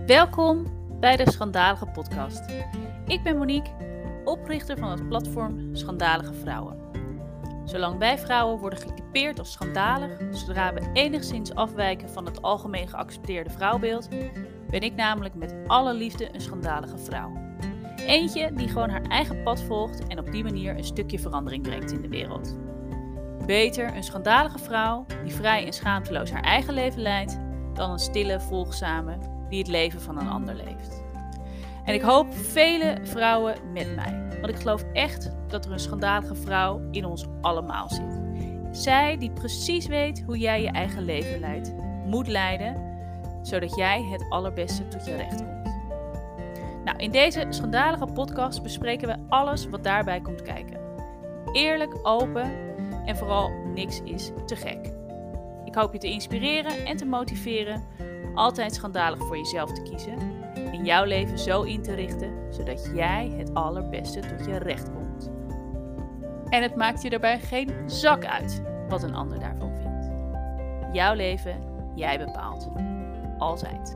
Welkom bij de Schandalige podcast. Ik ben Monique, oprichter van het platform Schandalige Vrouwen. Zolang wij vrouwen worden getypeerd als schandalig, zodra we enigszins afwijken van het algemeen geaccepteerde vrouwbeeld, ben ik namelijk met alle liefde een schandalige vrouw. Eentje die gewoon haar eigen pad volgt en op die manier een stukje verandering brengt in de wereld. Beter een schandalige vrouw die vrij en schaamteloos haar eigen leven leidt, dan een stille, volgzame die het leven van een ander leeft. En ik hoop vele vrouwen met mij, want ik geloof echt dat er een schandalige vrouw in ons allemaal zit. Zij die precies weet hoe jij je eigen leven leidt, moet leiden, zodat jij het allerbeste tot je recht komt. Nou, in deze schandalige podcast bespreken we alles wat daarbij komt kijken. Eerlijk, open en vooral niks is te gek. Ik hoop je te inspireren en te motiveren altijd schandalig voor jezelf te kiezen en jouw leven zo in te richten, zodat jij het allerbeste tot je recht komt. En het maakt je daarbij geen zak uit wat een ander daarvan vindt. Jouw leven, jij bepaalt. Altijd.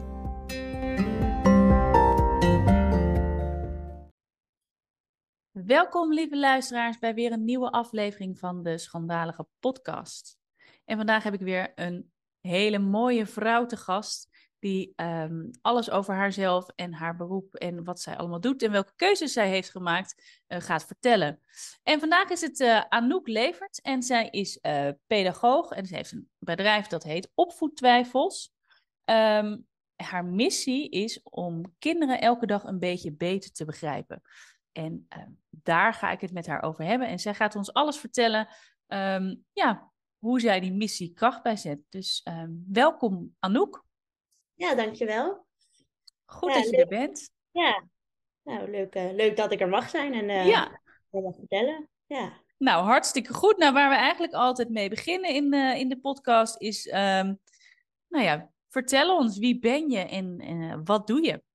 Welkom lieve luisteraars bij weer een nieuwe aflevering van de Schandalige podcast. En vandaag heb ik weer een hele mooie vrouw te gast die alles over haarzelf en haar beroep en wat zij allemaal doet en welke keuzes zij heeft gemaakt gaat vertellen. En vandaag is het Anouk Levert en zij is pedagoog en ze heeft een bedrijf dat heet Opvoedtwijfels. Haar missie is om kinderen elke dag een beetje beter te begrijpen. En daar ga ik het met haar over hebben. En zij gaat ons alles vertellen hoe zij die missie kracht bijzet. Dus welkom Anouk. Ja, dankjewel. Goed dat je er bent. Ja, nou, leuk dat ik er mag zijn en mag vertellen. Ja. Nou, hartstikke goed. Nou, waar we eigenlijk altijd mee beginnen in de podcast is, vertel ons, wie ben je en wat doe je?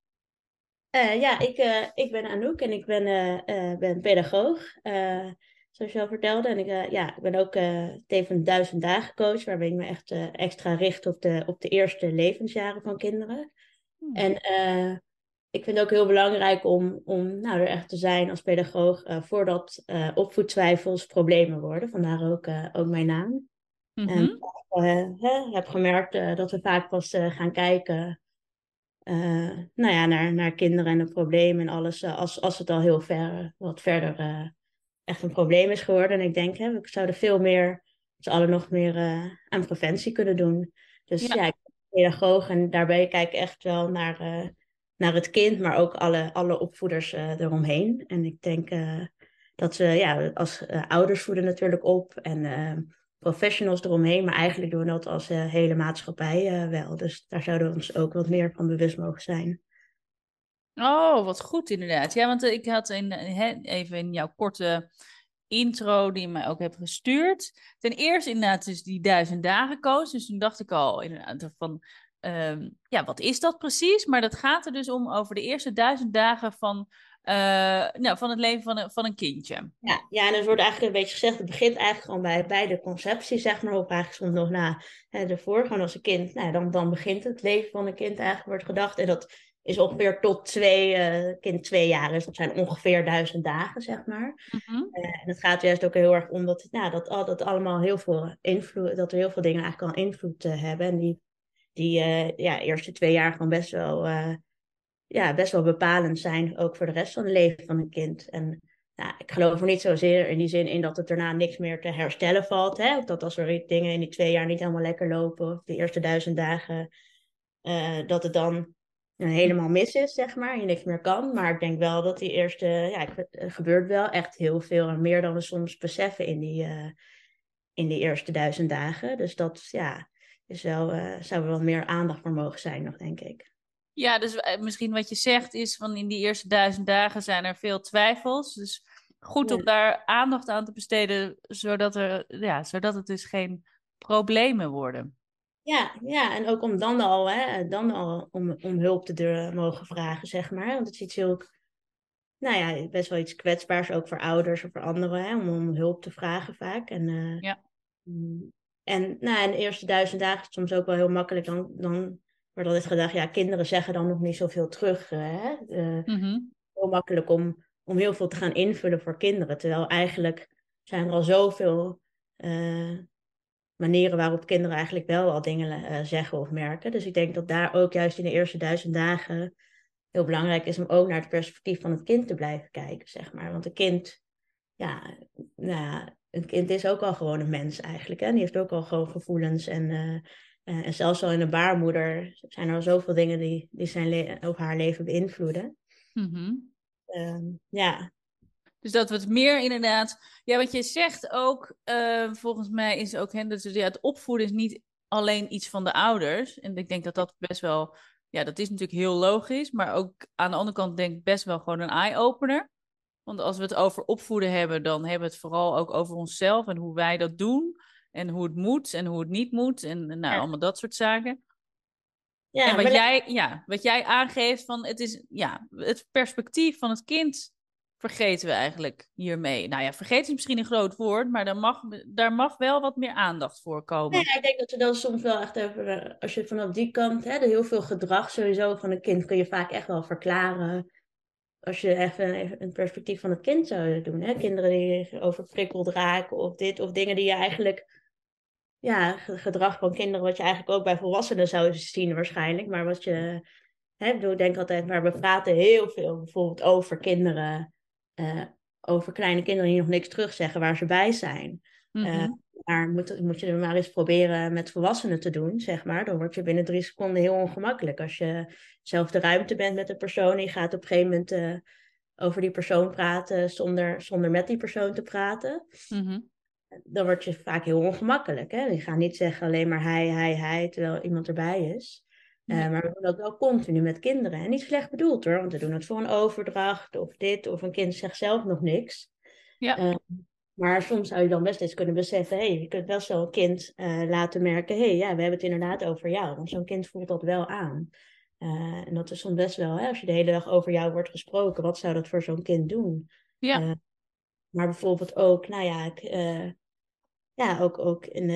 Ik ben Anouk en ik ben pedagoog, zoals je al vertelde. En ik ben ook tevens 1000 dagen coach, waarbij ik me echt extra richt op de eerste levensjaren van kinderen. En ik vind het ook heel belangrijk om er echt te zijn als pedagoog voordat opvoedtwijfels problemen worden. Vandaar ook mijn naam. En ik heb gemerkt dat we vaak pas gaan kijken naar kinderen en de problemen en alles als het al wat verder echt een probleem is geworden. En ik denk, we zouden veel meer, z'n allen nog meer aan preventie kunnen doen. Dus ik ben pedagoog en daarbij kijk ik echt wel naar het kind, maar ook alle opvoeders eromheen. En ik denk dat ze, als ouders voeden natuurlijk op en professionals eromheen, maar eigenlijk doen we dat als hele maatschappij wel. Dus daar zouden we ons ook wat meer van bewust mogen zijn. Oh, wat goed inderdaad. Ja, want ik had even in jouw korte intro die je mij ook hebt gestuurd. Ten eerste inderdaad dus die 1000 dagen coach. Dus toen dacht ik al inderdaad van, wat is dat precies? Maar dat gaat er dus om over de eerste 1000 dagen van het leven van een kindje. Ja, en het wordt eigenlijk een beetje gezegd, het begint eigenlijk gewoon bij de conceptie, zeg maar, of eigenlijk soms nog na ervoor. Gewoon als een kind, dan begint het leven van een kind eigenlijk, wordt gedacht. En dat is ongeveer tot kind 2 jaar is. Dat zijn ongeveer 1000 dagen, zeg maar. En het gaat juist ook heel erg om dat allemaal heel veel invloed, dat er heel veel dingen eigenlijk al invloed hebben. En die eerste 2 jaar gewoon best wel bepalend zijn, ook voor de rest van het leven van een kind. En ik geloof er niet zozeer in die zin in dat het daarna niks meer te herstellen valt. Hè? Of dat als er dingen in die 2 jaar niet helemaal lekker lopen, of de eerste 1000 dagen, dat het dan helemaal mis is, zeg maar, en je niks meer kan. Maar ik denk wel dat die eerste, er gebeurt wel echt heel veel en meer dan we soms beseffen in die eerste 1000 dagen. Dus dat, is wel, zou er wel meer aandacht voor mogen zijn nog, denk ik. Ja, dus misschien wat je zegt is van in die eerste 1000 dagen zijn er veel twijfels. Dus goed om daar aandacht aan te besteden, zodat het dus geen problemen worden. Ja, en ook om dan al om hulp te mogen vragen, zeg maar. Want het is iets heel, best wel iets kwetsbaars, ook voor ouders of voor anderen, hè, om hulp te vragen vaak. En in de eerste 1000 dagen is het soms ook wel heel makkelijk. Dan wordt altijd gedacht, ja, kinderen zeggen dan nog niet zoveel terug. Hè? Mhm. Heel makkelijk om heel veel te gaan invullen voor kinderen. Terwijl eigenlijk zijn er al zoveel manieren waarop kinderen eigenlijk wel al dingen zeggen of merken. Dus ik denk dat daar ook juist in de eerste 1000 dagen heel belangrijk is om ook naar het perspectief van het kind te blijven kijken, zeg maar. Want een kind, ja, nou ja, een kind is ook al gewoon een mens eigenlijk. Hè? Die heeft ook al gewoon gevoelens. En zelfs al in de baarmoeder zijn er al zoveel dingen die of haar leven beïnvloeden. Mhm. Ja, Dus dat we het meer inderdaad. Ja, wat je zegt ook, volgens mij is ook dat het opvoeden is niet alleen iets van de ouders. En ik denk dat dat best wel, ja, dat is natuurlijk heel logisch. Maar ook aan de andere kant denk ik best wel gewoon een eye-opener. Want als we het over opvoeden hebben, dan hebben we het vooral ook over onszelf en hoe wij dat doen. En hoe het moet en hoe het niet moet. En nou, ja, allemaal dat soort zaken. En ja, wat jij aangeeft van het is, ja, het perspectief van het kind vergeten we eigenlijk hiermee. Nou ja, vergeten is misschien een groot woord, maar daar mag wel wat meer aandacht voor nee, komen. ik denk dat we dan soms wel echt even, als je vanaf die kant, hè, heel veel gedrag sowieso van een kind kun je vaak echt wel verklaren. Als je even een perspectief van het kind zou doen. Hè? Kinderen die overprikkeld raken of dit, of dingen die je eigenlijk, ja, gedrag van kinderen, wat je eigenlijk ook bij volwassenen zou zien waarschijnlijk. Maar wat je, hè, ik denk altijd, maar we praten heel veel bijvoorbeeld over kinderen, eh, over kleine kinderen die nog niks terugzeggen waar ze bij zijn. Eh, Mhm. maar moet je er maar eens proberen met volwassenen te doen, zeg maar. Dan word je binnen 3 seconden heel ongemakkelijk. Als je zelf de ruimte bent met een persoon en je gaat op een gegeven moment over die persoon praten zonder met die persoon te praten, Mhm. dan word je vaak heel ongemakkelijk. Hè? Je gaat niet zeggen alleen maar hij, terwijl iemand erbij is. Nee. Maar we doen dat wel continu met kinderen. En niet slecht bedoeld hoor, want we doen het voor een overdracht of dit, of een kind zegt zelf nog niks. Ja. Eh, maar soms zou je dan best eens kunnen beseffen, hey, je kunt wel zo'n kind laten merken, hey, ja, we hebben het inderdaad over jou. Want zo'n kind voelt dat wel aan. En dat is soms best wel, hè, als je de hele dag over jou wordt gesproken, wat zou dat voor zo'n kind doen? Ja. Eh, maar bijvoorbeeld ook, nou ja, ja, ook in,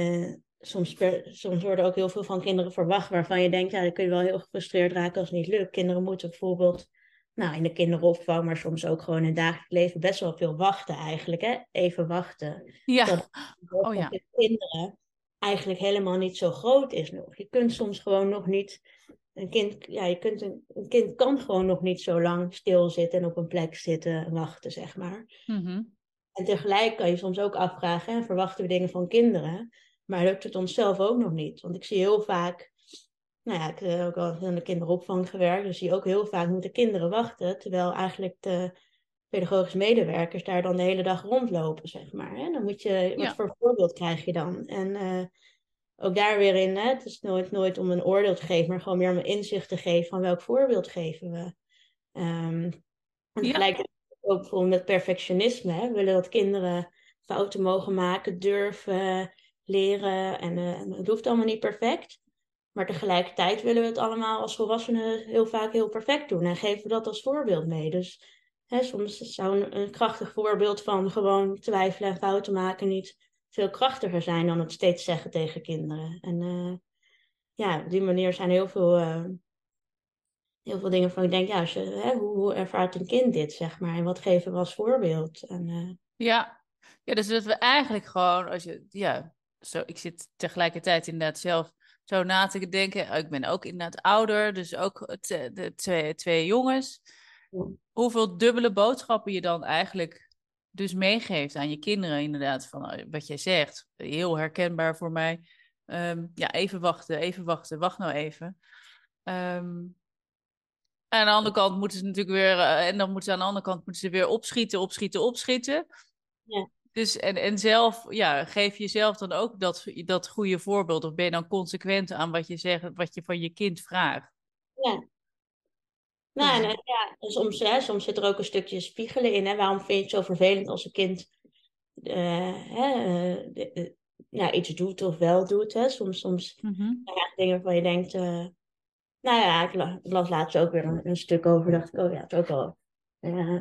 soms worden ook heel veel van kinderen verwacht waarvan je denkt, ja, dan kun je wel heel gefrustreerd raken als het niet lukt. Kinderen moeten bijvoorbeeld, nou, in de kinderopvang, maar soms ook gewoon in het dagelijks leven best wel veel wachten eigenlijk, hè? Even wachten. Ja. Terwijl de Oh van ja. kinderen eigenlijk helemaal niet zo groot is nog. Je kunt soms gewoon nog niet, een kind, ja, een kind kan gewoon nog niet zo lang stilzitten en op een plek zitten en wachten, zeg maar. Mhm. En tegelijk kan je soms ook afvragen, hè, verwachten we dingen van kinderen, maar lukt het onszelf ook nog niet? Want ik zie heel vaak, nou ja, ik heb ook al in de kinderopvang gewerkt, dus zie ook heel vaak moeten kinderen wachten, terwijl eigenlijk de pedagogische medewerkers daar dan de hele dag rondlopen, zeg maar. Hè? Dan moet je, wat Ja. voor voorbeeld krijg je dan? En ook daar weer in, hè, het is nooit om een oordeel te geven, maar gewoon meer om een inzicht te geven van welk voorbeeld geven we. Ehm, en Ja. tegelijkertijd ook bijvoorbeeld met perfectionisme. Hè? We willen dat kinderen fouten mogen maken, durven, leren. En het hoeft allemaal niet perfect. Maar tegelijkertijd willen we het allemaal als volwassenen heel vaak heel perfect doen. En geven we dat als voorbeeld mee. Dus hè, soms zou een krachtig voorbeeld van gewoon twijfelen en fouten maken niet veel krachtiger zijn dan het steeds zeggen tegen kinderen. En ja, op die manier zijn heel veel dingen van ik denk, ja, als je, hè, hoe ervaart een kind dit, zeg maar? En wat geven we als voorbeeld? En, Ja. Ja, dus dat we eigenlijk gewoon, als je, ja, zo, ik zit tegelijkertijd inderdaad zelf zo na te denken. Ik ben ook inderdaad ouder, dus ook de twee jongens. Hoeveel dubbele boodschappen je dan eigenlijk dus meegeeft aan je kinderen, inderdaad, van wat jij zegt. Heel herkenbaar voor mij. Ja, even wachten, wacht nou even. Ehm, aan de andere kant moeten ze natuurlijk weer, en dan moeten ze aan de andere kant moeten ze weer opschieten, opschieten, opschieten. ja, Dus en zelf, ja, geef jezelf dan ook dat goede voorbeeld, of ben je dan consequent aan wat je zegt, wat je van je kind vraagt? ja. Dat Nou, is, ja, en soms, hè, soms zit er ook een stukje spiegelen in. Hè? Waarom vind je het zo vervelend als een kind ja, iets doet of wel doet? Hè? Soms Mhm. nou ja, dingen waarvan je denkt... nou ja, ik las laatst ook weer een stuk over. Dacht ik, oh ja, het is ook wel...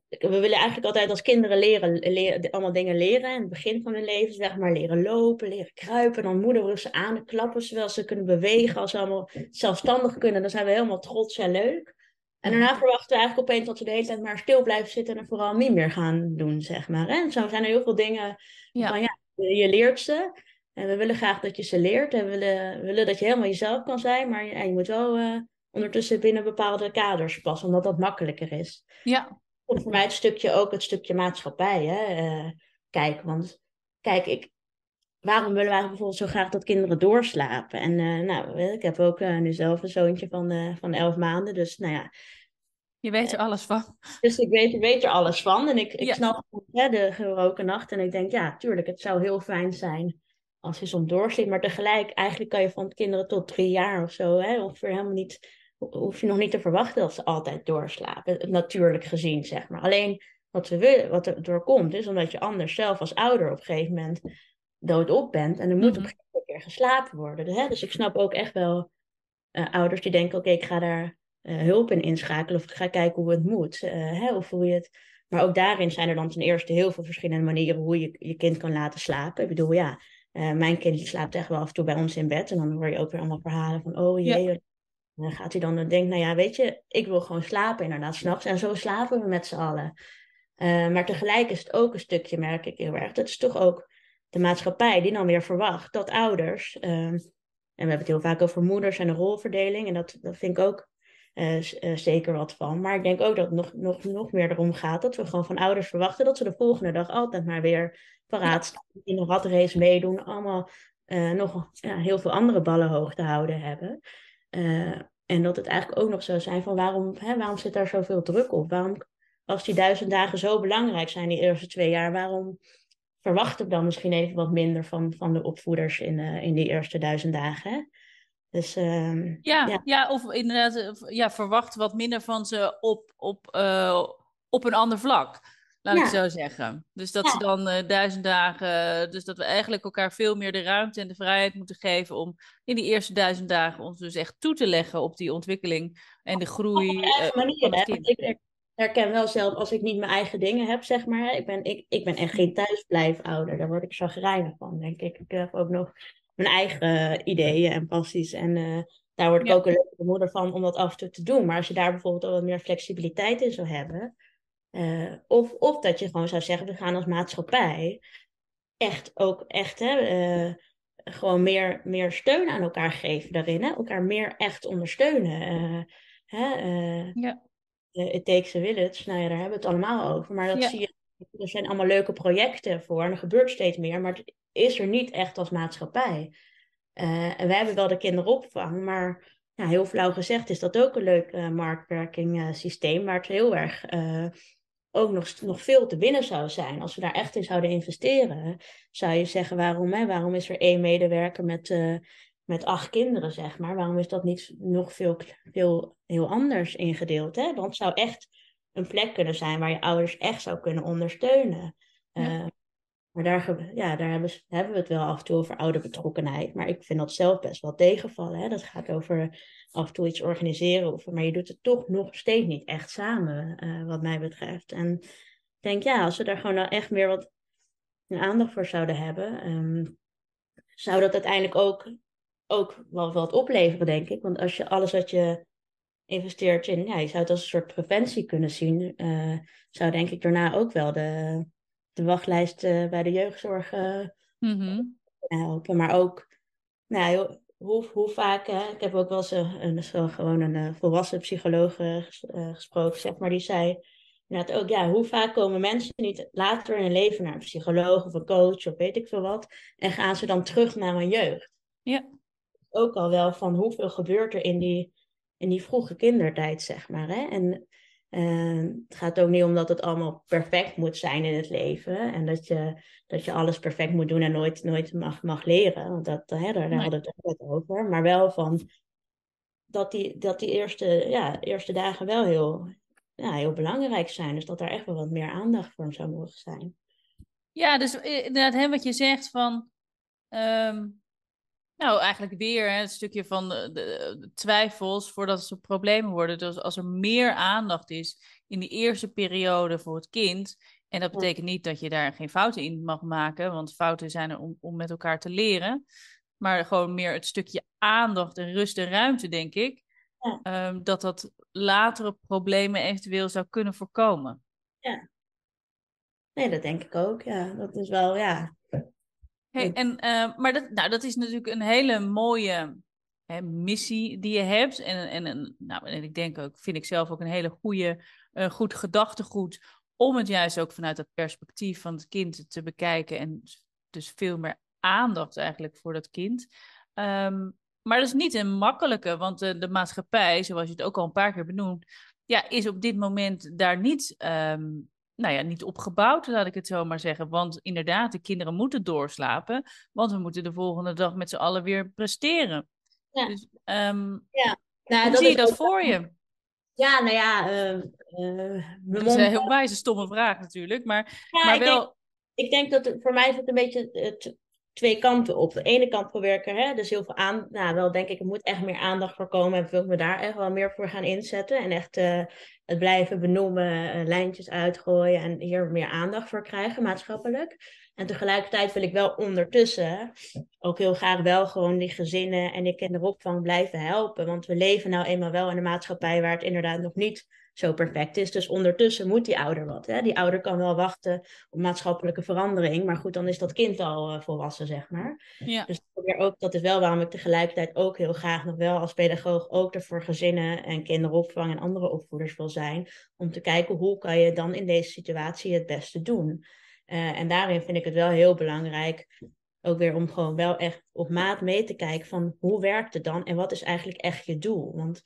we willen eigenlijk altijd als kinderen allemaal dingen leren. In het begin van hun leven, zeg maar, leren lopen, leren kruipen. Dan moedigen we ze aan en klappen ze wel. Ze kunnen bewegen. Als ze allemaal zelfstandig kunnen, dan zijn we helemaal trots en leuk. En daarna verwachten we eigenlijk opeens dat ze de hele tijd maar stil blijven zitten en vooral niet meer gaan doen, zeg maar. En zo zijn er heel veel dingen van, ja, je leert ze. En we willen graag dat je ze leert. En we willen dat je helemaal jezelf kan zijn. Maar ja, je moet wel ondertussen binnen bepaalde kaders passen, omdat dat makkelijker is. Ja. En voor mij het stukje maatschappij. Hè? Kijk, want kijk, waarom willen wij bijvoorbeeld zo graag dat kinderen doorslapen? En nou, ik heb ook nu zelf een zoontje van 11 maanden. Dus nou ja, Je weet er alles van. dus ik weet er alles van. En ik Ja. snap hè, de gebroken nacht. En ik denk, ja, tuurlijk, het zou heel fijn zijn als je soms doorslaapt. Maar tegelijk, eigenlijk kan je van kinderen tot 3 jaar of zo, hè, ongeveer helemaal niet, hoef je nog niet te verwachten dat ze altijd doorslapen. Natuurlijk gezien, zeg maar. Alleen wat we willen, wat er doorkomt, is omdat je anders zelf als ouder op een gegeven moment doodop bent. En er moet op een gegeven moment weer geslapen worden. Hè? Dus ik snap ook echt wel ouders die denken, oké, ik ga daar hulp in inschakelen of ik ga kijken hoe het moet. Hè, of hoe je het... Maar ook daarin zijn er dan ten eerste heel veel verschillende manieren hoe je je kind kan laten slapen. Ik bedoel, ja, mijn kind slaapt echt wel af en toe bij ons in bed. En dan hoor je ook weer allemaal verhalen van, oh jee. Ja. En dan gaat hij dan denken, nou ja, weet je, ik wil gewoon slapen inderdaad 's nachts. En zo slapen we met z'n allen. Maar tegelijk is het ook een stukje, merk ik heel erg. Dat is toch ook de maatschappij die dan weer verwacht dat ouders... en we hebben het heel vaak over moeders en de rolverdeling. En dat vind ik ook zeker wat van. Maar ik denk ook dat het nog meer erom gaat dat we gewoon van ouders verwachten dat ze de volgende dag altijd maar weer paraat staan. In een ratrace meedoen. Allemaal nog heel veel andere ballen hoog te houden hebben. En dat het eigenlijk ook nog zo zijn van waarom zit daar zoveel druk op? Waarom, als die 1000 dagen zo belangrijk zijn, die eerste 2 jaar, waarom verwacht ik dan misschien even wat minder van de opvoeders in die eerste 1000 dagen? Hè? Dus, ja, of inderdaad, verwacht wat minder van ze op een ander vlak. Laat ik zo zeggen. Dus dat ze dan 1000 dagen, dus dat we eigenlijk elkaar veel meer de ruimte en de vrijheid moeten geven om in die eerste 1000 dagen ons dus echt toe te leggen op die ontwikkeling en de groei op een eigen manier, van het hè? kind. Ik herken wel zelf, als ik niet mijn eigen dingen heb, zeg maar. Ik ben echt geen thuisblijfouder. Daar word ik chagrijnig van, denk ik. Ik heb ook nog mijn eigen ideeën en passies. En daar word ik ook een leuke moeder van om dat af en toe te doen. Maar als je daar bijvoorbeeld al wat meer flexibiliteit in zou hebben. Of dat je gewoon zou zeggen, we gaan als maatschappij echt hè, gewoon meer steun aan elkaar geven daarin. Hè? Elkaar meer echt ondersteunen. It takes a village, nou ja, daar hebben we het allemaal over. Maar dat zie je, er zijn allemaal leuke projecten voor en er gebeurt steeds meer. Maar het is er niet echt als maatschappij. En wij hebben wel de kinderopvang, maar heel flauw gezegd is dat ook een leuk marktwerking systeem. Waar het heel erg ook nog veel te winnen zou zijn. Als we daar echt in zouden investeren, zou je zeggen, waarom is er 1 medewerker met 8 kinderen, zeg maar? Waarom is dat niet nog veel heel anders ingedeeld? Hè? Want het zou echt een plek kunnen zijn waar je ouders echt zou kunnen ondersteunen. Maar daar hebben we het wel af en toe over ouderbetrokkenheid. Maar ik vind dat zelf best wel tegenvallen. Hè? Dat gaat over af en toe iets organiseren. Maar je doet het toch nog steeds niet echt samen, wat mij betreft. En ik denk, ja, als we daar gewoon nou echt meer wat aandacht voor zouden hebben, zou dat uiteindelijk ook wel wat opleveren, denk ik. Want als je alles wat je investeert in, ja, je zou het als een soort preventie kunnen zien, zou denk ik daarna ook wel de wachtlijst bij de jeugdzorg helpen. Maar ook, nou, hoe vaak, ik heb ook wel eens gewoon een volwassen psycholoog gesproken, zeg maar, die zei inderdaad ook, ja, hoe vaak komen mensen niet later in hun leven naar een psycholoog of een coach of weet ik veel wat, en gaan ze dan terug naar hun jeugd? Ja. Ook al wel van hoeveel gebeurt er in die vroege kindertijd, zeg maar. Hè? En het gaat ook niet om dat het allemaal perfect moet zijn in het leven. En dat je alles perfect moet doen en nooit mag leren. Want daar hadden we het ook net over. Maar wel van dat die eerste dagen wel heel belangrijk zijn. Dus dat daar echt wel wat meer aandacht voor zou mogen zijn. Ja, dus inderdaad, wat je zegt van Nou, eigenlijk weer hè, een stukje van de twijfels voordat ze problemen worden. Dus als er meer aandacht is in die eerste periode voor het kind. En dat Ja, betekent niet dat je daar geen fouten in mag maken, want fouten zijn er om met elkaar te leren. Maar gewoon meer het stukje aandacht en rust en ruimte, denk ik. ja, Dat latere problemen eventueel zou kunnen voorkomen. ja. Nee, dat denk ik ook. Ja, dat is wel, ja. Hey, maar dat is natuurlijk een hele mooie missie die je hebt. En ik denk ook, vind ik zelf ook een hele goed gedachtegoed om het juist ook vanuit dat perspectief van het kind te bekijken. En dus veel meer aandacht eigenlijk voor dat kind. Maar dat is niet een makkelijke, want de maatschappij, zoals je het ook al een paar keer benoemt, ja, is op dit moment daar niet nou ja, niet opgebouwd, laat ik het zo maar zeggen. Want inderdaad, de kinderen moeten doorslapen, want we moeten de volgende dag met z'n allen weer presteren. Ja, Dus ja. Nou, hoe dat zie je is dat ook. voor je? Ja, nou ja, mijn Dat is een mond. heel wijze, stomme vraag natuurlijk, Ja, maar wel... ik denk dat het, voor mij is het een beetje twee kanten op. De ene kant probeer ik er, dus heel veel aan, nou wel denk ik, er moet echt meer aandacht voor komen en wil ik me daar echt wel meer voor gaan inzetten. En echt het blijven benoemen, lijntjes uitgooien en hier meer aandacht voor krijgen maatschappelijk. En tegelijkertijd wil ik wel ondertussen ook heel graag wel gewoon die gezinnen en die kinderopvang blijven helpen. Want we leven nou eenmaal wel in een maatschappij waar het inderdaad nog niet zo perfect is. Dus ondertussen moet die ouder wat. Hè? Die ouder kan wel wachten op maatschappelijke verandering. Maar goed, dan is dat kind al volwassen, zeg maar. Ja, Dus ik probeer ook, dat is wel waarom ik tegelijkertijd ook heel graag nog wel als pedagoog ook er voor gezinnen en kinderopvang en andere opvoeders wil zijn. Om te kijken hoe kan je dan in deze situatie het beste doen. En daarin vind ik het wel heel belangrijk, ook weer om gewoon wel echt op maat mee te kijken van hoe werkt het dan en wat is eigenlijk echt je doel. Want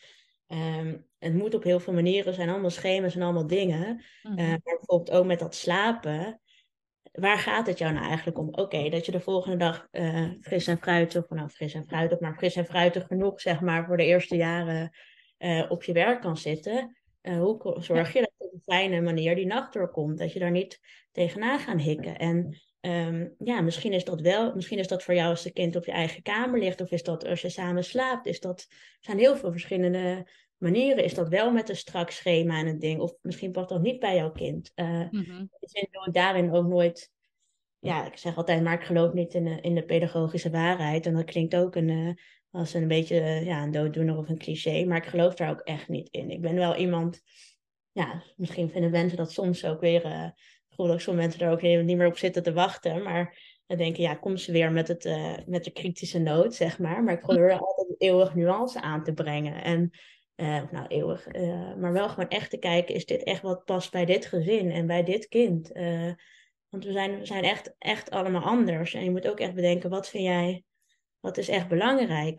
het moet op heel veel manieren, zijn allemaal schema's en allemaal dingen. mhm. Maar bijvoorbeeld ook met dat slapen. Waar gaat het jou nou eigenlijk om? Oké, dat je de volgende dag fris en fruitig, nou fris en fruitig, maar fris en fruitig genoeg, zeg maar, voor de eerste jaren op je werk kan zitten. Hoe zorg Ja, je dat je op een fijne manier die nacht doorkomt? Dat je daar niet tegenaan gaat hikken. En ja, misschien is dat wel, misschien is dat voor jou als de kind op je eigen kamer ligt, of is dat als je samen slaapt, zijn heel veel verschillende manieren. Is dat wel met een strak schema en een ding, of misschien past dat niet bij jouw kind. mhm. Ik wil ik daarin ook nooit, ja, ik zeg altijd, maar ik geloof niet in de pedagogische waarheid. En dat klinkt ook als een beetje ja, een dooddoener of een cliché, maar ik geloof daar ook echt niet in. Ik ben wel iemand, ja, misschien vinden mensen dat soms ook weer, dat sommige mensen er ook niet meer op zitten te wachten, maar dan denken, ja, kom ze weer met de kritische noot, zeg maar. Maar ik probeer er altijd eeuwig nuance aan te brengen. En of nou, eeuwig. Maar wel gewoon echt te kijken, is dit echt wat past bij dit gezin en bij dit kind? Want we zijn echt allemaal anders. En je moet ook echt bedenken, wat vind jij, wat is echt belangrijk?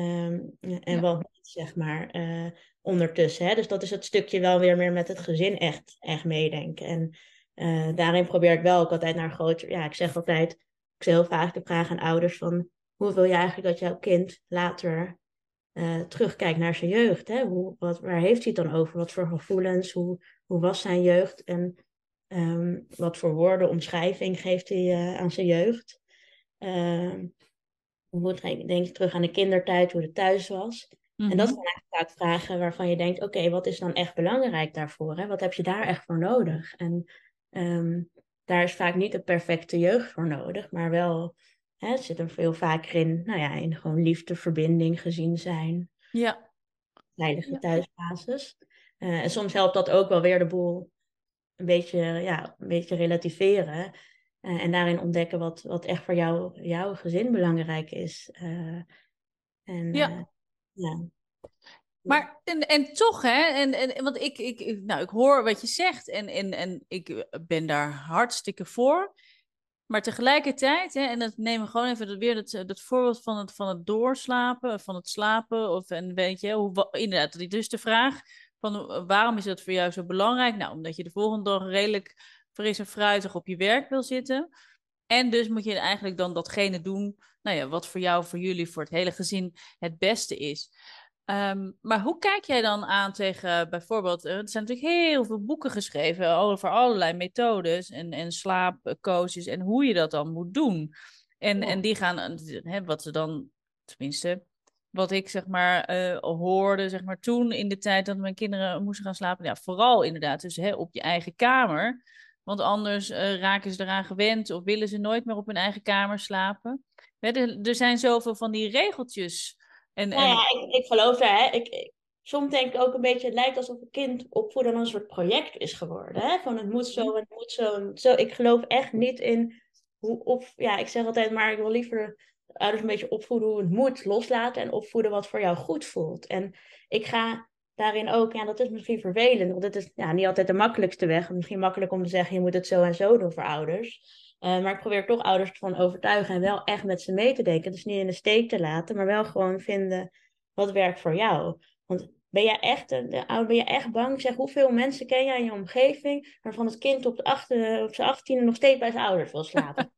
En Ja, wat niet, zeg maar, ondertussen. Hè? Dus dat is het stukje wel weer meer met het gezin echt meedenken. En daarin probeer ik wel ook altijd naar groter... Ja, ik zeg altijd, ik stel heel vaak de vraag aan ouders van... Hoe wil je eigenlijk dat jouw kind later terugkijkt naar zijn jeugd? Hè? Waar heeft hij het dan over? Wat voor gevoelens? Hoe was zijn jeugd? En wat voor woorden, omschrijving geeft hij aan zijn jeugd? Um, Hoe denk je terug aan de kindertijd, hoe het thuis was? En dat zijn mhm. eigenlijk vaak vragen waarvan je denkt, oké, wat is dan echt belangrijk daarvoor? Hè? Wat heb je daar echt voor nodig? En ehm, daar is vaak niet de perfecte jeugd voor nodig, maar wel, hè, het zit er veel vaker in, nou ja, in gewoon liefde, verbinding, gezien zijn, Ja, veilige ja. thuisbasis. En soms helpt dat ook wel weer de boel een beetje relativeren. En daarin ontdekken wat echt voor jouw gezin belangrijk is. En Ja. ja. Maar en toch, hè? Want nou, ik hoor wat je zegt en ik ben daar hartstikke voor. Maar tegelijkertijd, hè, en dat nemen we gewoon even weer dat voorbeeld van het doorslapen, van het slapen. En weet je, inderdaad, dit is de vraag van waarom is dat voor jou zo belangrijk? Nou, omdat je de volgende dag redelijk fris en fruitig op je werk wil zitten. En dus moet je eigenlijk dan datgene doen, nou ja, wat voor jou, voor jullie, voor het hele gezin het beste is. Maar hoe kijk jij dan aan tegen bijvoorbeeld, er zijn natuurlijk heel veel boeken geschreven over allerlei methodes en slaapcoaches en hoe je dat dan moet doen. En Ja. die gaan, hè, wat ze dan tenminste, wat ik zeg maar hoorde zeg maar toen in de tijd dat mijn kinderen moesten gaan slapen. Ja, vooral inderdaad dus op je eigen kamer. Want anders raken ze eraan gewend of willen ze nooit meer op hun eigen kamer slapen. Er zijn zoveel van die regeltjes. Nou En ja, ik geloof daar. Hè. Soms denk ik ook een beetje, het lijkt alsof een kind opvoeden een soort project is geworden. Hè? Van het moet zo en het moet zo en zo. Ik geloof echt niet in ja, ik zeg altijd maar, ik wil liever ouders een beetje opvoeden hoe het moet, loslaten en opvoeden wat voor jou goed voelt. En ik ga daarin ook, ja, dat is misschien vervelend, want het is ja, niet altijd de makkelijkste weg. Misschien makkelijk om te zeggen, je moet het zo en zo doen voor ouders. Maar ik probeer toch ouders ervan overtuigen en wel echt met ze mee te denken. Dus niet in de steek te laten, maar wel gewoon vinden wat werkt voor jou. Want ben je echt, ben je echt bang? Zeg, hoeveel mensen ken jij in je omgeving waarvan het kind op zijn 18e nog steeds bij zijn ouders wil slapen?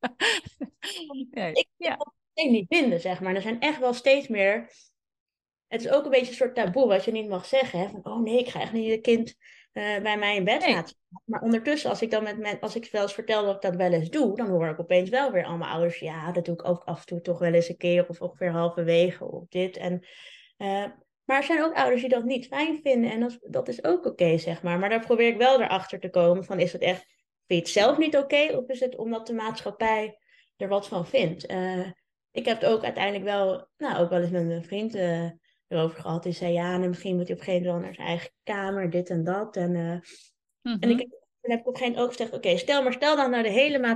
nee, Ik ja. kan het niet vinden, zeg maar. Er zijn echt wel steeds meer. Het is ook een beetje een soort taboe wat je niet mag zeggen. Hè? Van, oh nee, ik ga echt niet je kind bij mij in bed Nee. laten slapen. Maar ondertussen, als ik wel eens vertel dat ik dat wel eens doe, dan hoor ik opeens wel weer allemaal ouders. Ja, dat doe ik ook af en toe toch wel eens een keer of ongeveer halverwege of dit. Eh, maar er zijn ook ouders die dat niet fijn vinden en dat is ook oké, zeg maar. Maar daar probeer ik wel erachter te komen van, is het echt, vind je het zelf niet oké of is het omdat de maatschappij er wat van vindt? Ik heb het ook uiteindelijk wel, nou ook wel eens met mijn vriend erover gehad. Die zei, ja, en misschien moet hij op een gegeven moment wel naar zijn eigen kamer, dit en dat. En Mhm. toen heb ik op een gegeven moment ook gezegd, oké, stel dan naar de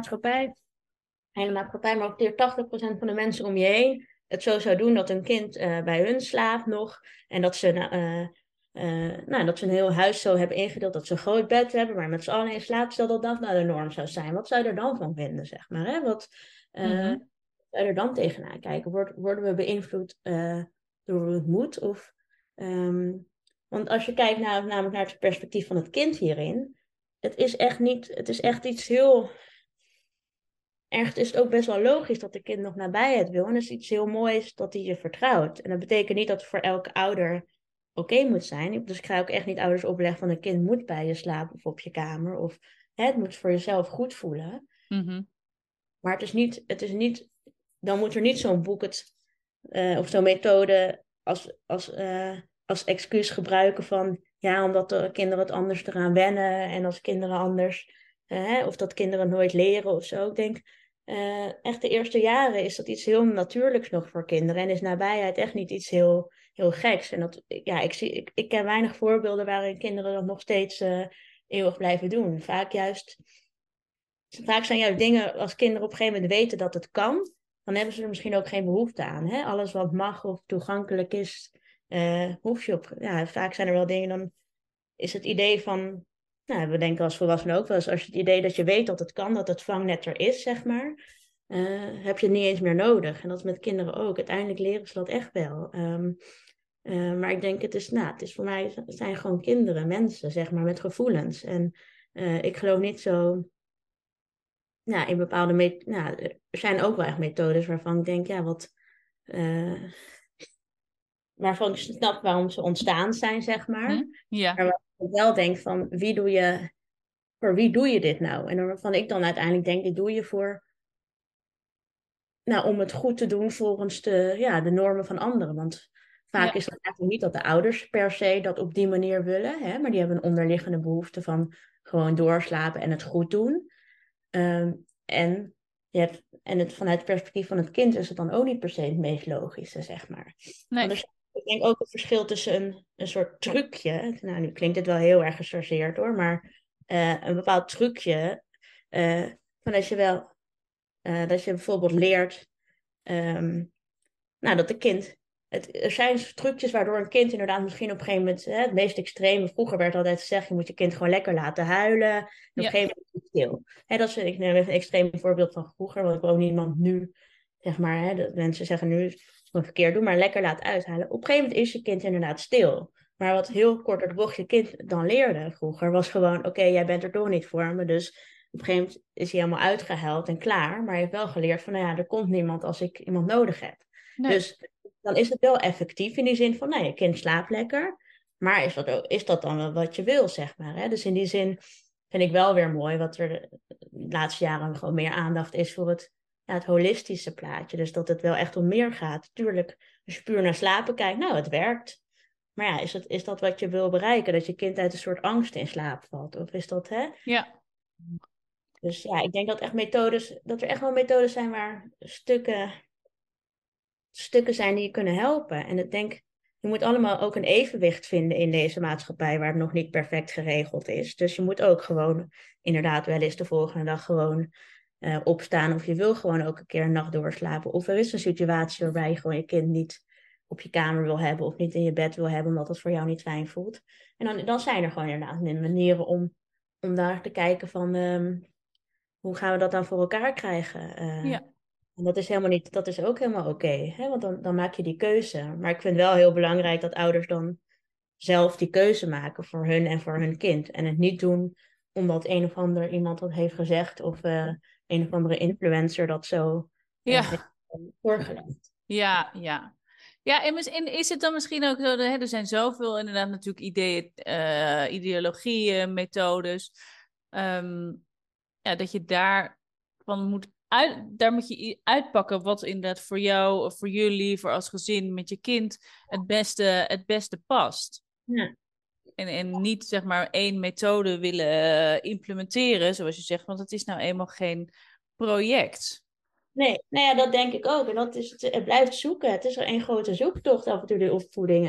hele maatschappij, maar ook de 80% van de mensen om je heen het zo zou doen dat een kind bij hun slaapt nog. En dat ze, nou, dat ze een heel huis zo hebben ingedeeld, dat ze een groot bed hebben, maar met z'n allen in slaap. Stel dat dat nou de norm zou zijn. Wat zou je er dan van vinden, zeg maar? Hè? Wat Mhm. zou je er dan tegenaan kijken? Worden we beïnvloed door hoe het moet? Want als je kijkt namelijk naar het perspectief van het kind hierin, het is echt niet, het is echt iets heel ergens is het ook best wel logisch dat de kind nog nabijheid wil. En dat is iets heel moois dat hij je vertrouwt. En dat betekent niet dat het voor elke ouder oké moet zijn. Dus ik ga ook echt niet ouders opleggen van een kind moet bij je slapen of op je kamer. Of het moet voor jezelf goed voelen. Mhm. Maar het is niet dan moet er niet zo'n of zo'n methode als excuus gebruiken van ja, omdat de kinderen het anders eraan wennen en als kinderen anders, of dat kinderen nooit leren of zo. Ik denk, echt de eerste jaren is dat iets heel natuurlijks nog voor kinderen en is nabijheid echt niet iets heel, heel geks. En dat, ja, ik ken weinig voorbeelden waarin kinderen dat nog steeds eeuwig blijven doen. Vaak zijn juist dingen, als kinderen op een gegeven moment weten dat het kan, dan hebben ze er misschien ook geen behoefte aan. Hè? Alles wat mag of toegankelijk is, hoef je op. Ja, vaak zijn er wel dingen, dan is het idee van, nou, we denken als volwassenen ook wel eens, als je het idee dat je weet dat het kan, dat het vangnet er is, zeg maar, heb je het niet eens meer nodig. En dat is met kinderen ook. Uiteindelijk leren ze dat echt wel. Maar ik denk, het is voor mij, het zijn gewoon kinderen, mensen, zeg maar, met gevoelens. En ik geloof niet zo ja, in bepaalde nou, er zijn ook wel echt methodes waarvan ik denk, ja, eh, waarvan ik snap waarom ze ontstaan zijn, zeg Hm? maar. Ja. Maar waarvan ik wel denk van, voor wie doe je dit nou? En waarvan ik dan uiteindelijk denk, dit doe je voor, nou, om het goed te doen volgens de normen van anderen. Want vaak Ja. is het eigenlijk niet dat de ouders per se dat op die manier willen, hè, maar die hebben een onderliggende behoefte van gewoon doorslapen en het goed doen. Ehm, en vanuit het perspectief van het kind is het dan ook niet per se het meest logische, zeg maar. Want Nee. ik denk ook het verschil tussen een soort trucje. Nou, nu klinkt het wel heel erg gechargeerd hoor, maar een bepaald trucje. Van dat je bijvoorbeeld leert. Nou, dat de kind. Er zijn trucjes waardoor een kind inderdaad misschien op een gegeven moment. Het meest extreme. Vroeger werd altijd gezegd: je moet je kind gewoon lekker laten huilen. En op een Ja. gegeven moment is het stil. Ik neem even een extreem voorbeeld van vroeger. Want ik wil ook niemand nu. Zeg maar, dat mensen zeggen nu. Het verkeerd doen, maar lekker laten uithalen. Op een gegeven moment is je kind inderdaad stil. Maar wat heel kort door de bocht je kind dan leerde vroeger. Was gewoon: oké, jij bent er toch niet voor me. Dus op een gegeven moment is hij helemaal uitgehuild en klaar. Maar hij heeft wel geleerd van: nou ja, er komt niemand als ik iemand nodig heb. Nee. Dus dan is het wel effectief in die zin van, nou, je kind slaapt lekker. Maar is dat dan wel wat je wil, zeg maar. Hè? Dus in die zin vind ik wel weer mooi wat er de laatste jaren gewoon meer aandacht is voor het het holistische plaatje. Dus dat het wel echt om meer gaat. Tuurlijk, als je puur naar slapen kijkt, nou, het werkt. Maar ja, is dat wat je wil bereiken? Dat je kind uit een soort angst in slaap valt? Of is dat, hè? Ja. Dus ja, ik denk dat er echt wel methodes zijn waar stukken zijn die je kunnen helpen. En ik denk, je moet allemaal ook een evenwicht vinden in deze maatschappij waar het nog niet perfect geregeld is. Dus je moet ook gewoon inderdaad wel eens de volgende dag gewoon opstaan. Of je wil gewoon ook een keer een nacht doorslapen. Of er is een situatie waarbij je gewoon je kind niet op je kamer wil hebben of niet in je bed wil hebben omdat het voor jou niet fijn voelt. En dan zijn er gewoon inderdaad manieren om daar te kijken van hoe gaan we dat dan voor elkaar krijgen. Ja. En dat is ook helemaal oké, hè? Want dan maak je die keuze. Maar ik vind wel heel belangrijk dat ouders dan zelf die keuze maken voor hun en voor hun kind. En het niet doen omdat een of ander iemand dat heeft gezegd of een of andere influencer dat zo heeft Ja. voorgelegd. Ja, ja. Ja, en is het dan misschien ook zo, hè, er zijn zoveel inderdaad natuurlijk ideeën, ideologieën, methodes, ehm, ja, dat je daar moet je uitpakken wat inderdaad voor jou of voor jullie, voor als gezin met je kind het beste past. Ja. En niet zeg maar één methode willen implementeren, zoals je zegt, want het is nou eenmaal geen project. Nee, nou ja, dat denk ik ook. En het blijft zoeken. Het is er één grote zoektocht af en toe, de opvoeding.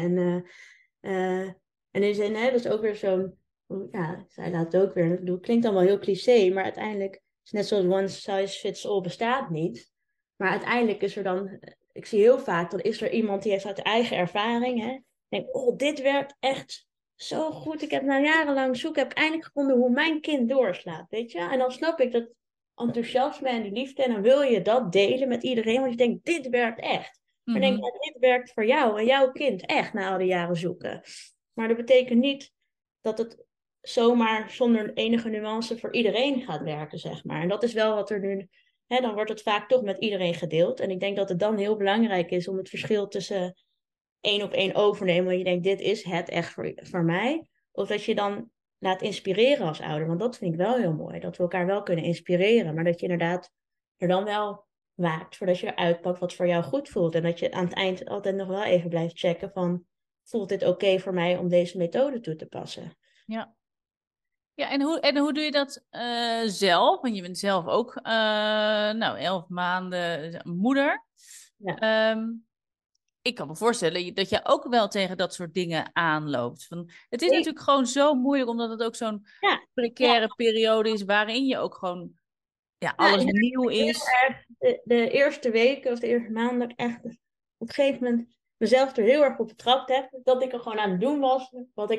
En in zin, hè, dat is ook weer zo'n, ja, zij laat het ook weer, ik bedoel, het klinkt allemaal heel cliché, maar uiteindelijk is het net zoals one size fits all bestaat niet. Maar uiteindelijk is er dan, ik zie heel vaak, dan is er iemand die heeft uit eigen ervaring, hè, denkt, oh, dit werkt echt zo goed. Ik heb na jarenlang zoeken, heb ik eindelijk gevonden hoe mijn kind doorslaat, weet je. En dan snap ik dat enthousiasme en die liefde. En dan wil je dat delen met iedereen. Want je denkt, dit werkt echt. Maar denk, Mhm. ja, dit werkt voor jou en jouw kind echt na al die jaren zoeken. Maar dat betekent niet dat het zomaar zonder enige nuance voor iedereen gaat werken, zeg maar. En dat is wel wat er nu... Hè, dan wordt het vaak toch met iedereen gedeeld. En ik denk dat het dan heel belangrijk is om het verschil tussen één op één overnemen. Want je denkt, dit is het echt voor mij. Of dat je dan laat inspireren als ouder. Want dat vind ik wel heel mooi. Dat we elkaar wel kunnen inspireren. Maar dat je inderdaad er dan wel waakt voordat je eruit pakt wat voor jou goed voelt. En dat je aan het eind altijd nog wel even blijft checken van... Voelt dit oké voor mij om deze methode toe te passen? Ja. Ja, en hoe doe je dat zelf? Want je bent zelf ook, nou, 11 maanden moeder. Ja, Ehm, ik kan me voorstellen dat je ook wel tegen dat soort dingen aanloopt. Het is zeker. natuurlijk gewoon zo moeilijk, omdat het ook zo'n Ja, ja. precaire periode is waarin je ook gewoon, ja, Ja, alles ik merk nieuw heel is. erg de eerste weken of de eerste maanden dat ik echt op een gegeven moment mezelf er heel erg op betrapt heb. Dat ik er gewoon aan het doen was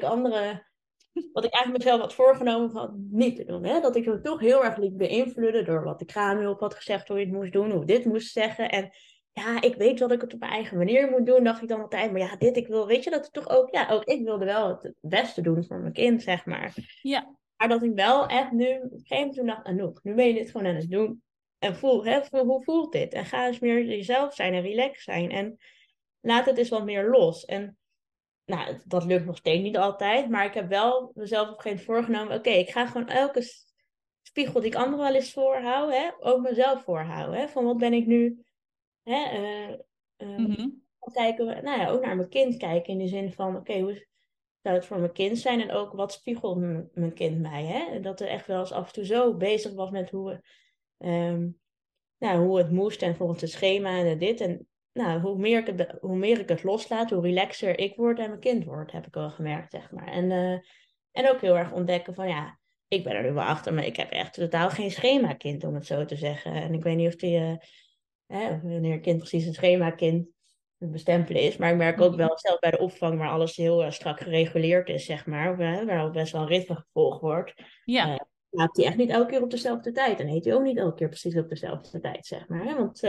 wat ik eigenlijk mezelf had voorgenomen van niet te doen. Hè? Dat ik me toch heel erg liet beïnvloeden door wat de kraamhulp had gezegd, hoe je het moest doen, hoe ik dit moest zeggen. En ja, ik weet dat ik het op mijn eigen manier moet doen, dacht ik dan altijd. Maar ja, ik wil, weet je, dat het toch ook, ja, ook ik wilde wel het beste doen voor mijn kind, zeg maar. Ja, Maar dat ik wel echt nu, op een gegeven moment toen dacht, Anouk, nu ben je dit gewoon aan het doen. En hoe voelt dit? En ga eens meer jezelf zijn en relaxed zijn. En laat het eens wat meer los. En nou, dat lukt nog steeds niet altijd. Maar ik heb wel mezelf op een gegeven moment voorgenomen. Oké, ik ga gewoon elke spiegel die ik anderen wel eens voorhoud, hè, ook mezelf voorhouden. Hè, van wat ben ik nu? Hè, mhm. kijken we, nou ja, ook naar mijn kind kijken. In de zin van, oké, hoe zou het voor mijn kind zijn? En ook wat spiegelt mijn kind mij? Hè? En dat er echt wel eens af en toe zo bezig was met ehm, nou, hoe het moest en volgens het schema en dit. En nou, hoe meer ik het loslaat, hoe relaxer ik word en mijn kind wordt, heb ik wel gemerkt, zeg maar. En ook heel erg ontdekken van, ja, ik ben er nu wel achter, maar ik heb echt totaal geen schema-kind, om het zo te zeggen. En ik weet niet of wanneer een kind precies een schema-kind bestempelen is. Maar ik merk ook Mhm. wel, zelfs bij de opvang, waar alles heel strak gereguleerd is, zeg maar, waar ook best wel een ritme gevolgd wordt, Ja, slaapt hij echt niet elke keer op dezelfde tijd. En eet hij ook niet elke keer precies op dezelfde tijd, zeg maar. Hè? Want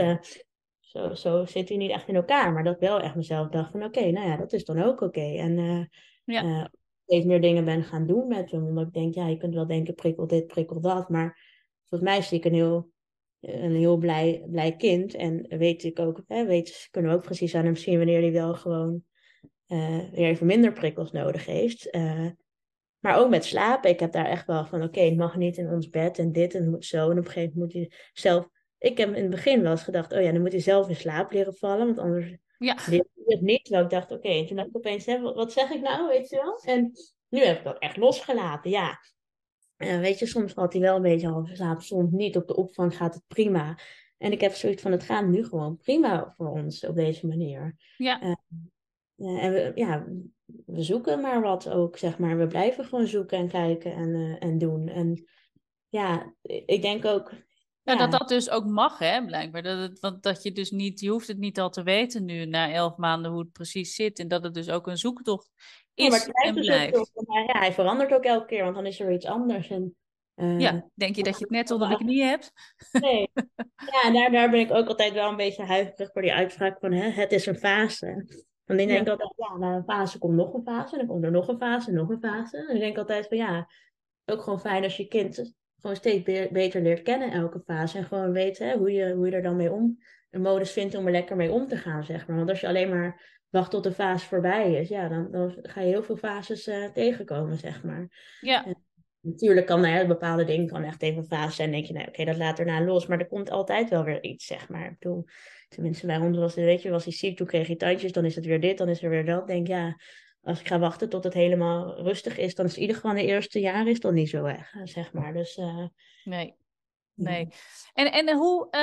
zo zit hij niet echt in elkaar. Maar dat ik wel echt mezelf dacht van, oké, nou ja, dat is dan ook oké. En ja, steeds meer dingen ben gaan doen met hem. Omdat ik denk, ja, je kunt wel denken, prikkel dit, prikkel dat. Maar volgens mij zie ik een heel blij kind. En weet ik ook, kunnen we ook precies aan hem zien wanneer hij wel gewoon weer even minder prikkels nodig heeft. Maar ook met slapen. Ik heb daar echt wel van, oké, het mag niet in ons bed en dit en het moet zo. En op een gegeven moment moet hij zelf ik heb in het begin wel eens gedacht, oh ja, dan moet hij zelf in slaap leren vallen, want anders Ja, leert hij het niet. Terwijl ik dacht, oké, en toen dacht ik opeens, hè, wat zeg ik nou, weet je wel? En nu heb ik dat echt losgelaten, ja. Weet je, soms valt hij wel een beetje half slaap, soms niet. Op de opvang gaat het prima. En ik heb zoiets van, het gaat nu gewoon prima voor ons op deze manier. ja. Eh, en we zoeken maar wat ook, zeg maar. We blijven gewoon zoeken en kijken en doen. En ja, ik denk ook, Nou, dat ja. dat dus ook mag, hè, blijkbaar. Want dat je dus niet, je hoeft het niet al te weten nu, na 11 maanden, hoe het precies zit. En dat het dus ook een zoektocht Ja, maar is het blijft en dus ook zo. blijft. Maar ja, hij verandert ook elke keer, want dan is er iets anders. En, Ja, denk je dat je het net onder de knie hebt? nee. Ja, en daar ben ik ook altijd wel een beetje huiverig voor die uitspraak van het is een fase. Want ik denk Ja. altijd, ja, na een fase komt nog een fase, en dan komt er nog een fase, nog een fase. En ik denk altijd van ja, ook gewoon fijn als je kind gewoon steeds beter leert kennen elke fase. En gewoon weet hoe je er dan mee een modus vindt om er lekker mee om te gaan, zeg maar. Want als je alleen maar wacht tot de fase voorbij is, ja, dan ga je heel veel fases tegenkomen, zeg maar. Ja, Natuurlijk kan bepaalde dingen kan echt even fase zijn. Dan denk je, nou, oké, dat laat erna los. Maar er komt altijd wel weer iets, zeg maar. Ik bedoel, tenminste, bij ons was het, weet je, was hij ziek, toen kreeg hij tandjes, dan is het weer dit, dan is er weer dat. Ik denk, ja, als ik ga wachten tot het helemaal rustig is, dan is in ieder geval de eerste jaar is dat niet zo erg, zeg maar. Dus, nee, nee. ja. En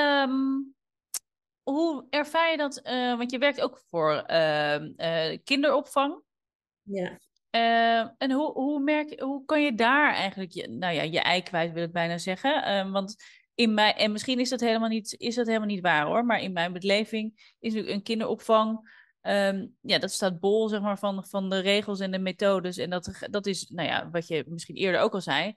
hoe ervaar je dat? Want je werkt ook voor kinderopvang. Ja. En hoe kan je daar eigenlijk nou ja, je ei kwijt, wil ik bijna zeggen. Want en misschien is dat helemaal niet waar hoor, maar in mijn beleving is natuurlijk een kinderopvang, ja, dat staat bol zeg maar van de regels en de methodes. En dat is, nou ja, wat je misschien eerder ook al zei,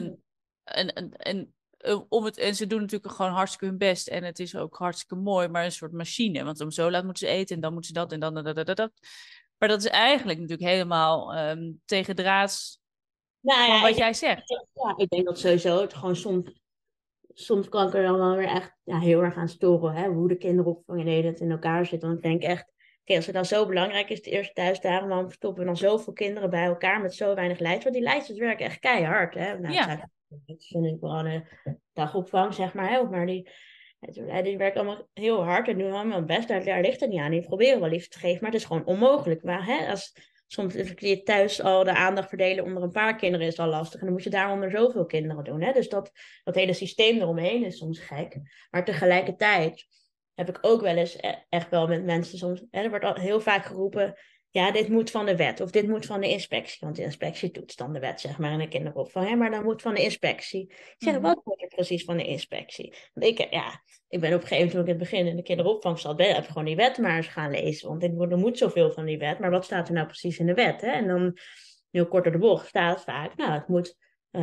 en ze doen natuurlijk gewoon hartstikke hun best en het is ook hartstikke mooi, maar een soort machine. Want om zo laat moeten ze eten en dan moeten ze dat en dan dat. Maar dat is eigenlijk natuurlijk helemaal tegendraads Nou van ja, wat jij zegt. ik denk dat sowieso het gewoon soms kan ik er dan wel weer echt heel erg aan storen, hoe de kinderopvang in Nederland in elkaar zit. Want ik denk echt, oké, als het dan zo belangrijk is, de eerste thuisdagen, waarom stoppen we dan zoveel kinderen bij elkaar met zo weinig lijst? Want die lijstjes werken echt keihard, hè. Nou, het Ja, zijn vind ik wel een dagopvang, zeg maar, hè. Maar die werken allemaal heel hard en doen allemaal hun best. Daar ligt het niet aan. Die proberen wel liefde te geven, maar het is gewoon onmogelijk. Maar soms kun je thuis al de aandacht verdelen onder een paar kinderen is al lastig. En dan moet je daaronder zoveel kinderen doen. Hè? Dus dat hele systeem eromheen is soms gek. Maar tegelijkertijd heb ik ook wel eens echt wel met mensen soms. Hè, er wordt al heel vaak geroepen. Ja, dit moet van de wet of dit moet van de inspectie. Want de inspectie toetst dan de wet, zeg maar, in de kinderopvang. Hè? Maar dan moet van de inspectie. Ik zeg, mhm. wat moet er precies van de inspectie? Want ik ben op een gegeven moment, toen ik in het begin in de kinderopvang zat, heb ik gewoon die wet maar eens gaan lezen. Want er moet zoveel van die wet. Maar wat staat er nou precies in de wet? Hè? En dan, heel kort door de bocht, staat vaak, nou, het moet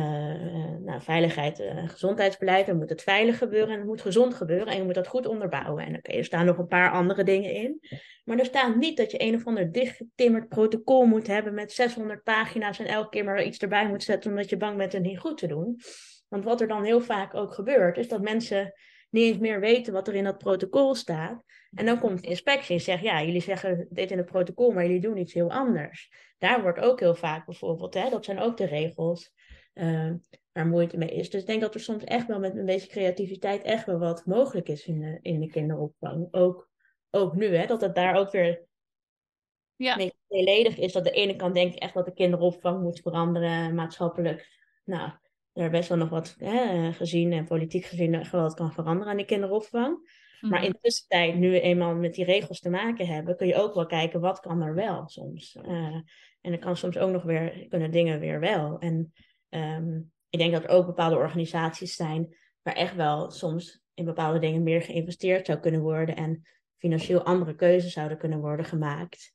veiligheid en gezondheidsbeleid, dan moet het veilig gebeuren en het moet gezond gebeuren en je moet dat goed onderbouwen. En oké, er staan nog een paar andere dingen in. Maar er staat niet dat je een of ander dichtgetimmerd protocol moet hebben met 600 pagina's en elke keer maar iets erbij moet zetten omdat je bang bent het niet goed te doen. Want wat er dan heel vaak ook gebeurt, is dat mensen niet eens meer weten wat er in dat protocol staat. En dan komt de inspectie en zegt, ja, jullie zeggen dit in het protocol, maar jullie doen iets heel anders. Daar wordt ook heel vaak bijvoorbeeld, dat zijn ook de regels waar moeite mee is. Dus ik denk dat er soms echt wel met een beetje creativiteit echt wel wat mogelijk is in de kinderopvang. Ook nu, dat het daar ook weer Ja, beetje tweeledig is. Dat de ene kant denk ik echt dat de kinderopvang moet veranderen, maatschappelijk. Nou, er best wel nog wat gezien en politiek gezien wel wat kan veranderen aan die kinderopvang. Maar in mhm. de tussentijd, nu we eenmaal met die regels te maken hebben, kun je ook wel kijken wat kan er wel soms. En dan kan soms ook nog weer, kunnen dingen weer wel. En ik denk dat er ook bepaalde organisaties zijn waar echt wel soms in bepaalde dingen meer geïnvesteerd zou kunnen worden en financieel andere keuzes zouden kunnen worden gemaakt.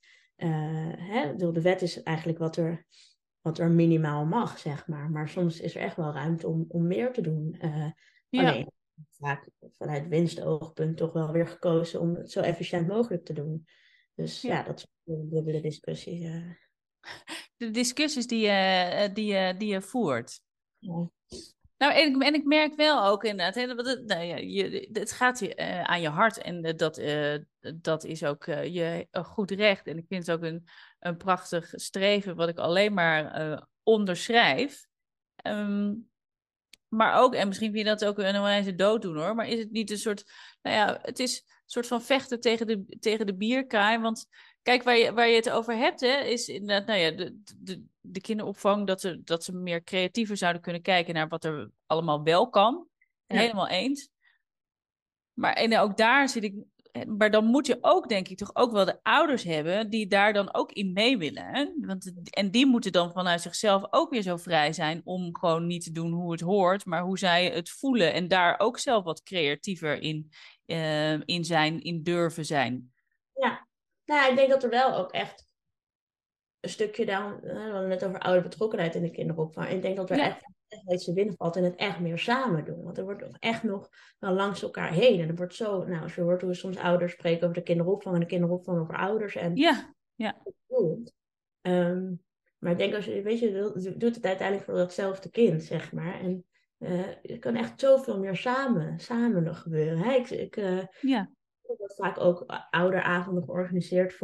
De wet is eigenlijk wat er minimaal mag, zeg maar. Maar soms is er echt wel ruimte om meer te doen. Ja, Alleen vaak vanuit winstoogpunt toch wel weer gekozen om het zo efficiënt mogelijk te doen. Dus ja. ja, dat is een dubbele discussie. De discussies die je voert. Ja. Nou, en ik merk wel ook inderdaad, hè, dat nou ja, het gaat je, aan je hart en dat is ook je goed recht. En ik vind het ook een prachtig streven wat ik alleen maar onderschrijf. Ehm, maar ook, en misschien vind je dat ook een onwijze dooddoen hoor, maar is het niet een soort, nou ja, het is een soort van vechten tegen de bierkaai, want kijk, waar je het over hebt, hè, is inderdaad, nou ja, de kinderopvang, dat ze meer creatiever zouden kunnen kijken naar wat er allemaal wel kan. Ja. Helemaal eens. Maar en ook daar zit ik. Maar dan moet je ook, denk ik, toch ook wel de ouders hebben die daar dan ook in mee willen. Hè? En die moeten dan vanuit zichzelf ook weer zo vrij zijn om gewoon niet te doen hoe het hoort, maar hoe zij het voelen. En daar ook zelf wat creatiever in zijn, in durven zijn. Ja. Nou, ik denk dat er wel ook echt een stukje dan, we hadden het net over ouderbetrokkenheid in de kinderopvang. En ik denk dat er Ja, echt iets te winnen valt en het echt meer samen doen. Want er wordt toch echt nog wel langs elkaar heen. En er wordt zo, nou, als je hoort hoe soms ouders spreken over de kinderopvang en de kinderopvang over ouders. En ja, ja, goed. Maar ik denk als je, weet je, je doet het uiteindelijk voor datzelfde kind, zeg maar. En er kan echt zoveel meer samen nog gebeuren. Hè? ja, Er wordt vaak ook ouderavonden georganiseerd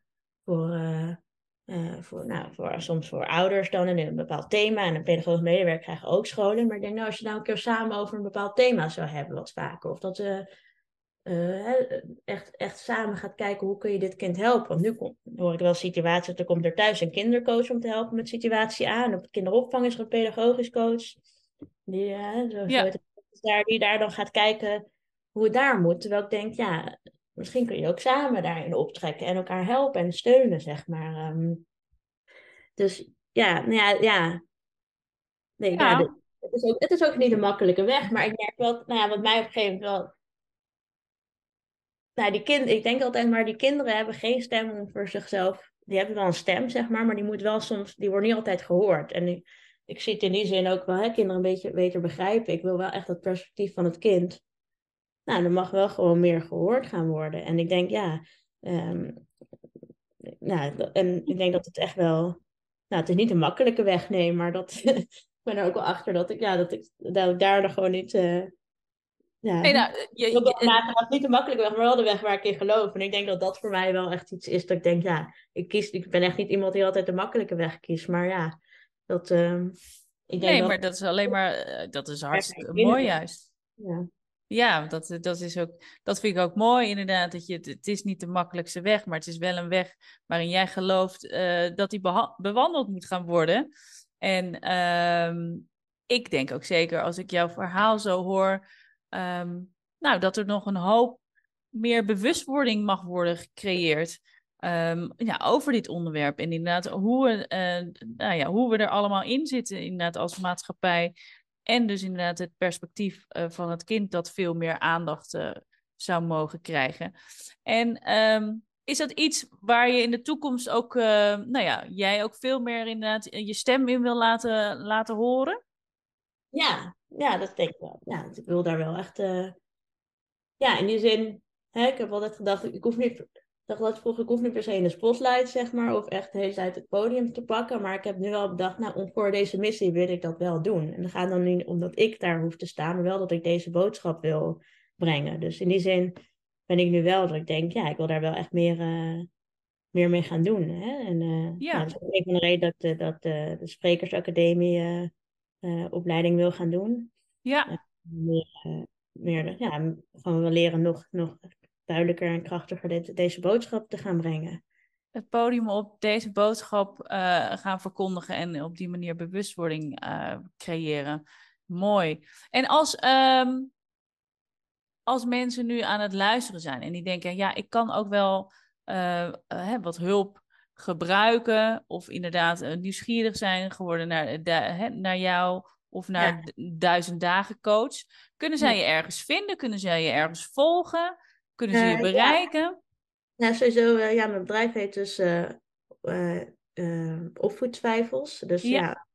voor soms voor ouders dan in een bepaald thema. En een pedagogisch medewerker krijgen ook scholen. Maar ik denk, nou, als je nou een keer samen over een bepaald thema zou hebben, wat vaker. Of dat echt samen gaat kijken hoe kun je dit kind helpen. Want hoor ik wel situaties, dat er komt er thuis een kindercoach om te helpen met situatie A. En op de kinderopvang is er een pedagogisch coach. Zo heet ja. het, die daar dan gaat kijken hoe het daar moet. Terwijl ik denk, ja, misschien kun je ook samen daarin optrekken en elkaar helpen en steunen, zeg maar. Dus ja, nou ja. Nee, ja, Ja, het is ook niet een makkelijke weg. Maar ik merk wel, nou ja, wat mij op een gegeven moment wel. Nou, ik denk altijd maar, die kinderen hebben geen stem om voor zichzelf. Die hebben wel een stem, zeg maar die moet wel soms, die wordt niet altijd gehoord. En ik zie het in die zin ook wel, hè, kinderen een beetje beter begrijpen. Ik wil wel echt dat perspectief van het kind. Nou, er mag wel gewoon meer gehoord gaan worden. En ik denk, ja, ehm, nou, en ik denk dat het echt wel, nou, het is niet een makkelijke weg, nee, maar dat, ik ben er ook wel achter dat ik daar nog gewoon niet, ja, nee, nou, ook wel nagedacht, niet de makkelijke weg, maar wel de weg waar ik in geloof. En ik denk dat dat voor mij wel echt iets is dat ik denk, ja, ik ben echt niet iemand die altijd de makkelijke weg kiest. Maar ja, dat, ik denk nee, wel maar dat is alleen maar, dat is ervaring hartstikke mooi binnen. juist. Ja. Ja, dat is ook, dat vind ik ook mooi inderdaad. Dat het is niet de makkelijkste weg, maar het is wel een weg waarin jij gelooft dat die bewandeld moet gaan worden. En ik denk ook zeker als ik jouw verhaal zo hoor, ehm, nou, dat er nog een hoop meer bewustwording mag worden gecreëerd. Ja, over dit onderwerp. En inderdaad, nou ja, hoe we er allemaal in zitten, inderdaad, als maatschappij. En dus inderdaad het perspectief van het kind dat veel meer aandacht zou mogen krijgen. En is dat iets waar je in de toekomst ook, nou ja, jij ook veel meer inderdaad je stem in wil laten horen? Ja, dat denk ik wel. Ja, ik wil daar wel echt, ja, in die zin, hè, ik heb altijd gedacht, dacht dat vroeger, ik hoef niet per se in de spotlight, zeg maar, of echt de hele tijd het podium te pakken. Maar ik heb nu wel bedacht, nou, voor deze missie wil ik dat wel doen. En dat gaat dan niet omdat ik daar hoef te staan, maar wel dat ik deze boodschap wil brengen. Dus in die zin ben ik nu wel dat ik denk, ja, ik wil daar wel echt meer mee gaan doen. Hè? En ja, dat Ja, is ook een van de redenen de Sprekersacademie opleiding wil gaan doen. ja. Meer, ja, gewoon we leren nog duidelijker en krachtiger deze boodschap te gaan brengen. Het podium op deze boodschap gaan verkondigen en op die manier bewustwording creëren. Mooi. En als mensen nu aan het luisteren zijn en die denken, ja, ik kan ook wel wat hulp gebruiken of inderdaad nieuwsgierig zijn geworden naar jou of Ja, naar 1000 dagen coach. Kunnen zij ja. je ergens vinden? Kunnen zij je ergens volgen? Kunnen ze je Ja, bereiken? ja, sowieso. Ja, mijn bedrijf heet dus Opvoedtwijfels. Dus Ja, ja,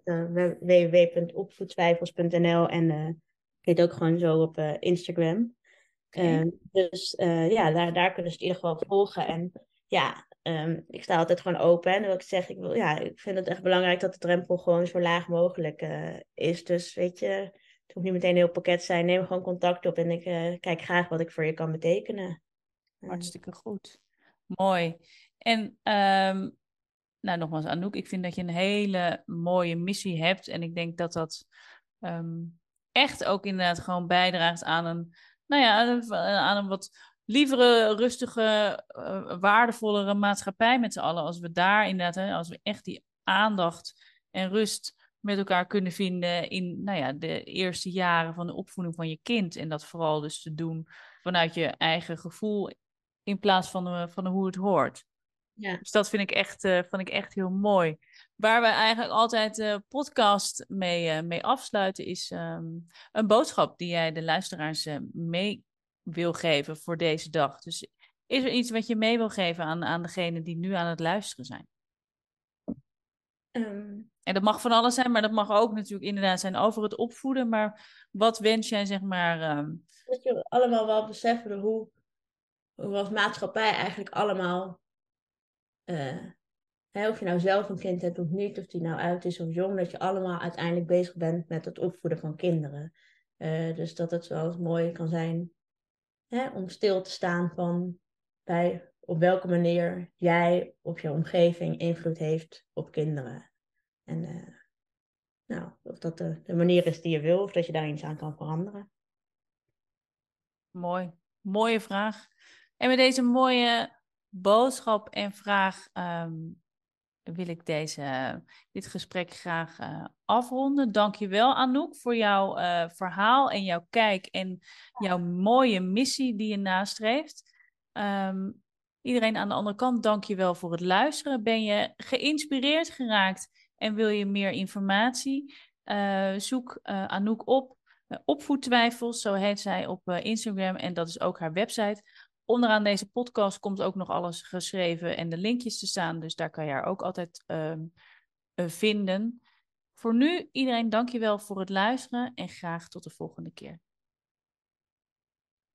www.opvoedtwijfels.nl en ik heet ook gewoon zo op Instagram. oké. Dus ja, daar kunnen ze het in ieder geval volgen. En ja, ik sta altijd gewoon open. En wat ik zeg, ik vind het echt belangrijk dat de drempel gewoon zo laag mogelijk is. Dus weet je, het hoeft niet meteen een heel pakket te zijn. Neem gewoon contact op en ik kijk graag wat ik voor je kan betekenen. Eh, Hartstikke goed. Mooi. En nou, nogmaals, Anouk, ik vind dat je een hele mooie missie hebt. En ik denk dat dat echt ook inderdaad gewoon bijdraagt aan een, nou ja, aan een wat lievere, rustige, waardevollere maatschappij met z'n allen. Als we daar inderdaad, hè, als we echt die aandacht en rust met elkaar kunnen vinden in, nou ja, de eerste jaren van de opvoeding van je kind. En dat vooral dus te doen vanuit je eigen gevoel in plaats van hoe het hoort. Ja. Dus dat vond ik echt heel mooi. Waar we eigenlijk altijd de podcast mee afsluiten, is een boodschap die jij de luisteraars mee wil geven voor deze dag. Dus is er iets wat je mee wil geven aan degenen die nu aan het luisteren zijn? Ehm, En dat mag van alles zijn, maar dat mag ook natuurlijk inderdaad zijn over het opvoeden. Maar wat wens jij, zeg maar, dat je allemaal wel beseffen hoe we als maatschappij eigenlijk allemaal, hè, of je nou zelf een kind hebt of niet, of die nou uit is of jong, dat je allemaal uiteindelijk bezig bent met het opvoeden van kinderen. Dus dat het wel eens mooi kan zijn, hè, om stil te staan van bij op welke manier jij of je omgeving invloed heeft op kinderen. En nou, of dat de manier is die je wil, of dat je daar iets aan kan veranderen. mooi, mooie vraag. En met deze mooie boodschap en vraag wil ik dit gesprek graag afronden. Dank je wel, Anouk, voor jouw verhaal en jouw kijk en jouw mooie missie die je nastreeft. Iedereen aan de andere kant, dank je wel voor het luisteren. Ben je geïnspireerd geraakt en wil je meer informatie? Zoek Anouk op. Opvoedtwijfels, zo heet zij op Instagram en dat is ook haar website. Onderaan deze podcast komt ook nog alles geschreven en de linkjes te staan. Dus daar kan je haar ook altijd vinden. Voor nu, iedereen, dank je wel voor het luisteren en graag tot de volgende keer.